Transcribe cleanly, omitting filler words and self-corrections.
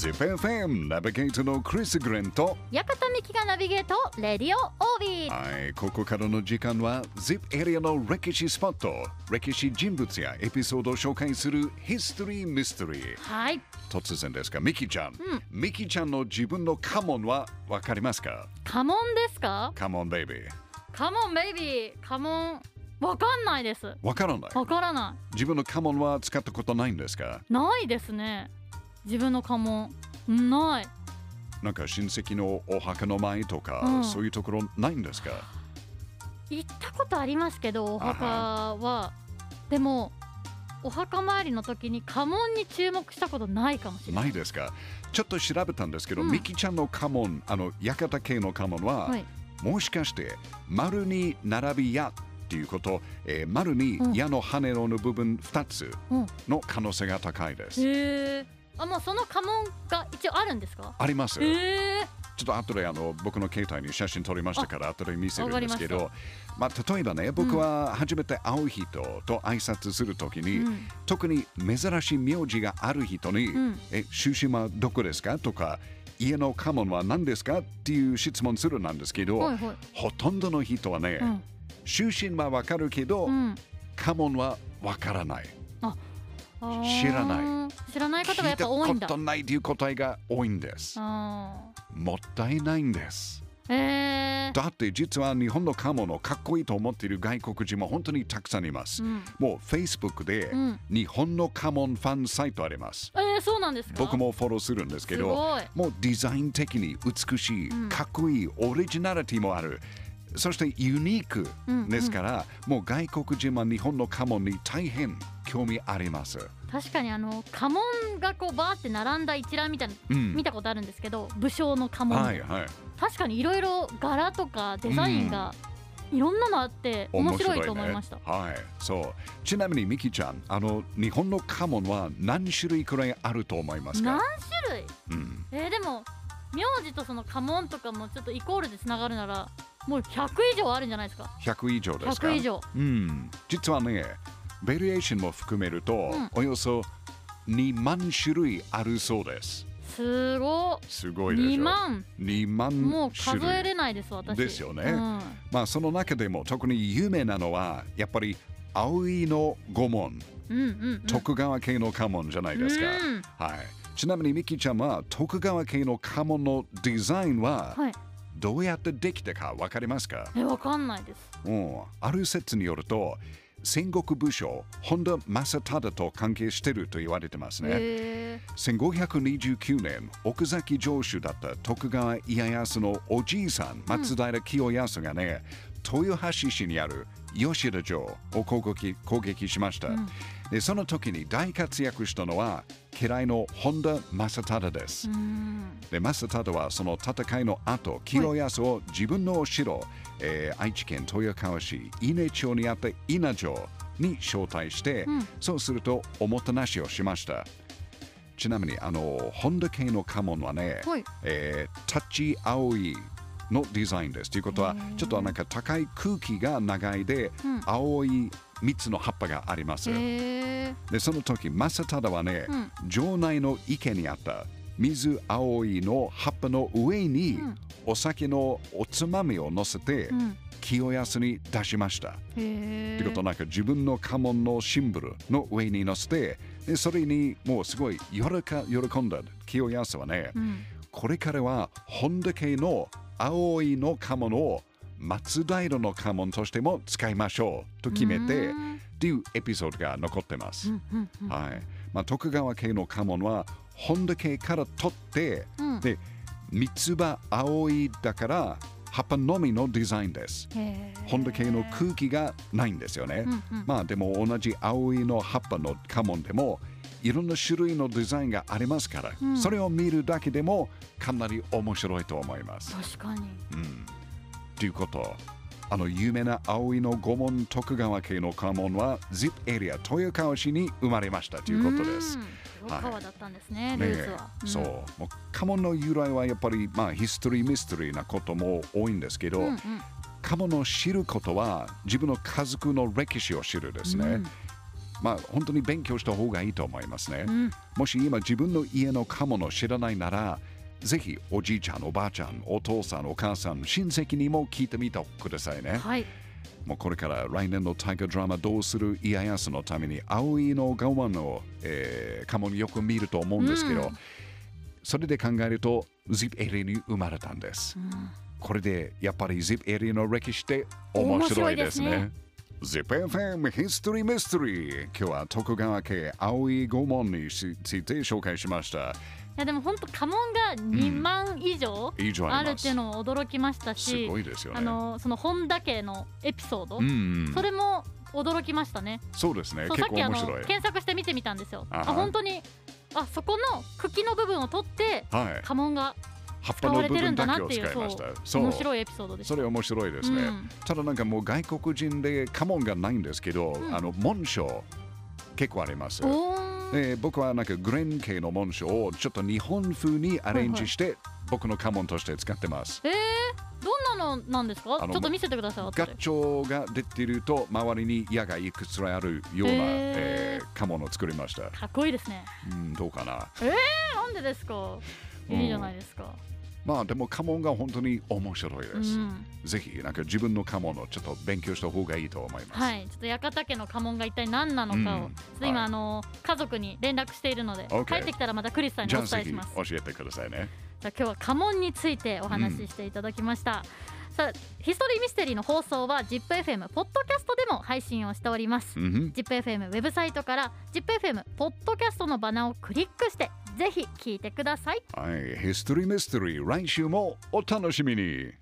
ZIPFM ナビゲートのクリス・グレンと館美希がナビゲートレディオオービー。 はい、ここからの時間は ZIP エリアの歴史スポット、歴史人物やエピソードを紹介するヒストリー・ミステリー。 はい。 突然ですが、ミキちゃん、ミキちゃんの自分のカモンはわかりますか？ カモンですか？ カモンベイビー。 カモンベイビー。カモンわかんないです。 わからない。 わからな自分のカモンは使ったことないんですか？ ないですね。自分のカモンない。 なんか親戚のお墓の前とか、そういうところないんですか？ 行ったことありますけど、お墓はでもお墓参りの時に家紋に注目したことないかもしれない。 ないですか？ちょっと調べたんですけど、ミキちゃんの家紋、館系の家紋は、もしかして丸に並び矢っていうこと、丸に矢の羽の部分2つの可能性が高いです。 へー。もうその家紋が一応あるんですか？ あります。 ちょっと後で僕の携帯に写真撮りましたから後で見せるんですけど、例えばね、僕は初めて会う人と挨拶するときに、特に珍しい名字がある人に、出身はどこですかとか、家の家紋は何ですかっていう質問するなんですけど、ほとんどの人はね、出身はわかるけど、家紋はわからない。知らない方がやっぱ多いんだ。聞いたことないという答えが多いんです。もったいないんです。だって実は日本の家紋をかっこいいと思っている外国人も本当にたくさんいます。もう Facebook で日本の家紋ファンサイトあります。 そうなんですか？ 僕もフォローするんですけど、もうデザイン的に美しい、かっこいい、オリジナリティもある。そしてユニークですから、もう外国人は日本の家紋に大変興味あります。 確かに家紋がこうバーって並んだ一覧みたいな、見たことあるんですけど、武将の家紋、確かにいろいろ柄とかデザインがいろんなのあって面白いと思いました。 そう。ちなみにミキちゃん、日本の家紋は何種類くらいあると思いますか？ 何種類？でも名字とその家紋とかもちょっとイコールでつながるならもう100以上あるんじゃないですか ？100以上ですか？ 100以上。 実はね、ベリエーションも含めると、およそ2万種類あるそうです。 すごいでしょ。2万もう数えれないです私。 ですよね。その中でも特に有名なのはやっぱり葵の御紋、徳川系の家紋じゃないですか。ちなみにミキちゃんは徳川系の家紋のデザインは、どうやってできたか分かりますか？ 分かんないです。 ある説によると戦国武将本田正忠と関係していると言われてますね。1529年奥崎城主だった徳川家康のおじいさん松平清康がね、豊橋市にある吉田城を攻撃しました。でその時に大活躍したのは家来の本田正忠です。で正忠はその戦いの後、清康を自分のお城、愛知県豊川市伊根町にあった稲城に招待して、そうするとおもてなしをしました。ちなみに本田系の家紋はね、タッチ葵のデザインです。ということはちょっとなんか高い空気が長いで、青い3つの葉っぱがあります。でその時正忠はね、城内の池にあった水葵の葉っぱの上に、お酒のおつまみを乗せて、清康に出しました。ということはなんか自分の家紋のシンボルの上に乗せて、でそれにもうすごい喜んだ清康はね、これからは本田家の葵の家紋を松平の家紋としても使いましょうと決めてっていうエピソードが残ってます。徳川家の家紋は本田家から取って、で三つ葉葵だから葉っぱのみのデザインです。本田系の空気がないんですよね。でも同じ葵の葉っぱの家紋でもいろんな種類のデザインがありますから、それを見るだけでもかなり面白いと思います。 確かに。 ということ、有名な葵の御紋徳川系の家紋は ZIP エリア豊川市に生まれましたということです。 豊川だったんですね、ルーツは。 そう。もう家紋の由来はやっぱりヒストリーミステリーなことも多いんですけど、家紋を知ることは自分の家族の歴史を知るですね。 まあ本当に勉強した方がいいと思いますね。もし今自分の家のカモの知らないなら、ぜひおじいちゃん、おばあちゃん、お父さん、お母さん、親戚にも聞いてみてくださいね。 はい。 もうこれから来年の大河ドラマどうする家康のために葵の側の、家紋よく見ると思うんですけど、それで考えると ZIP エリアに生まれたんです。これでやっぱり ZIP エリアの歴史って面白いですね。ZIPFM History Mystery 今日は徳川家葵御門について紹介しました。 いやでも本当家紋が2万以上あるっていうのも驚きましたし、 すごいですよね。 その本田家のエピソード、それも驚きましたね。 そうですね。 そう結構面白い。 検索して見てみたんですよ。本当にそこの茎の部分を取って家紋が使われてるんだなっていう、面白いエピソードです。 それ面白いですね。ただなんかもう外国人で家紋がないんですけど、紋章結構あります。僕はなんかグレン系の紋章をちょっと日本風にアレンジして僕の家紋として使ってます。 どんなのなんですか？ちょっと見せてください。 ガッチョが出ていると周りに矢がいくつらあるような、家紋を作りました。 かっこいいですね。 どうかな。 なんでですか？いいじゃないですか。 まあでも家紋が本当に面白いです。ぜひなんか自分の家紋をちょっと勉強した方がいいと思います。 はい、ちょっと屋形家の家紋が一体何なのかを、ちょっと今、家族に連絡しているので、帰ってきたらまたクリスさんにお伝えします。 教えてくださいね。 じゃあ今日は家紋についてお話ししていただきました。さあヒストリーミステリーの放送は ZIPFM ポッドキャストでも配信をしております。ZIPFM ウェブサイトから ZIPFM ポッドキャストのバナーをクリックしてぜひ聞いてください。 はい、ヒストリーミステリー来週もお楽しみに。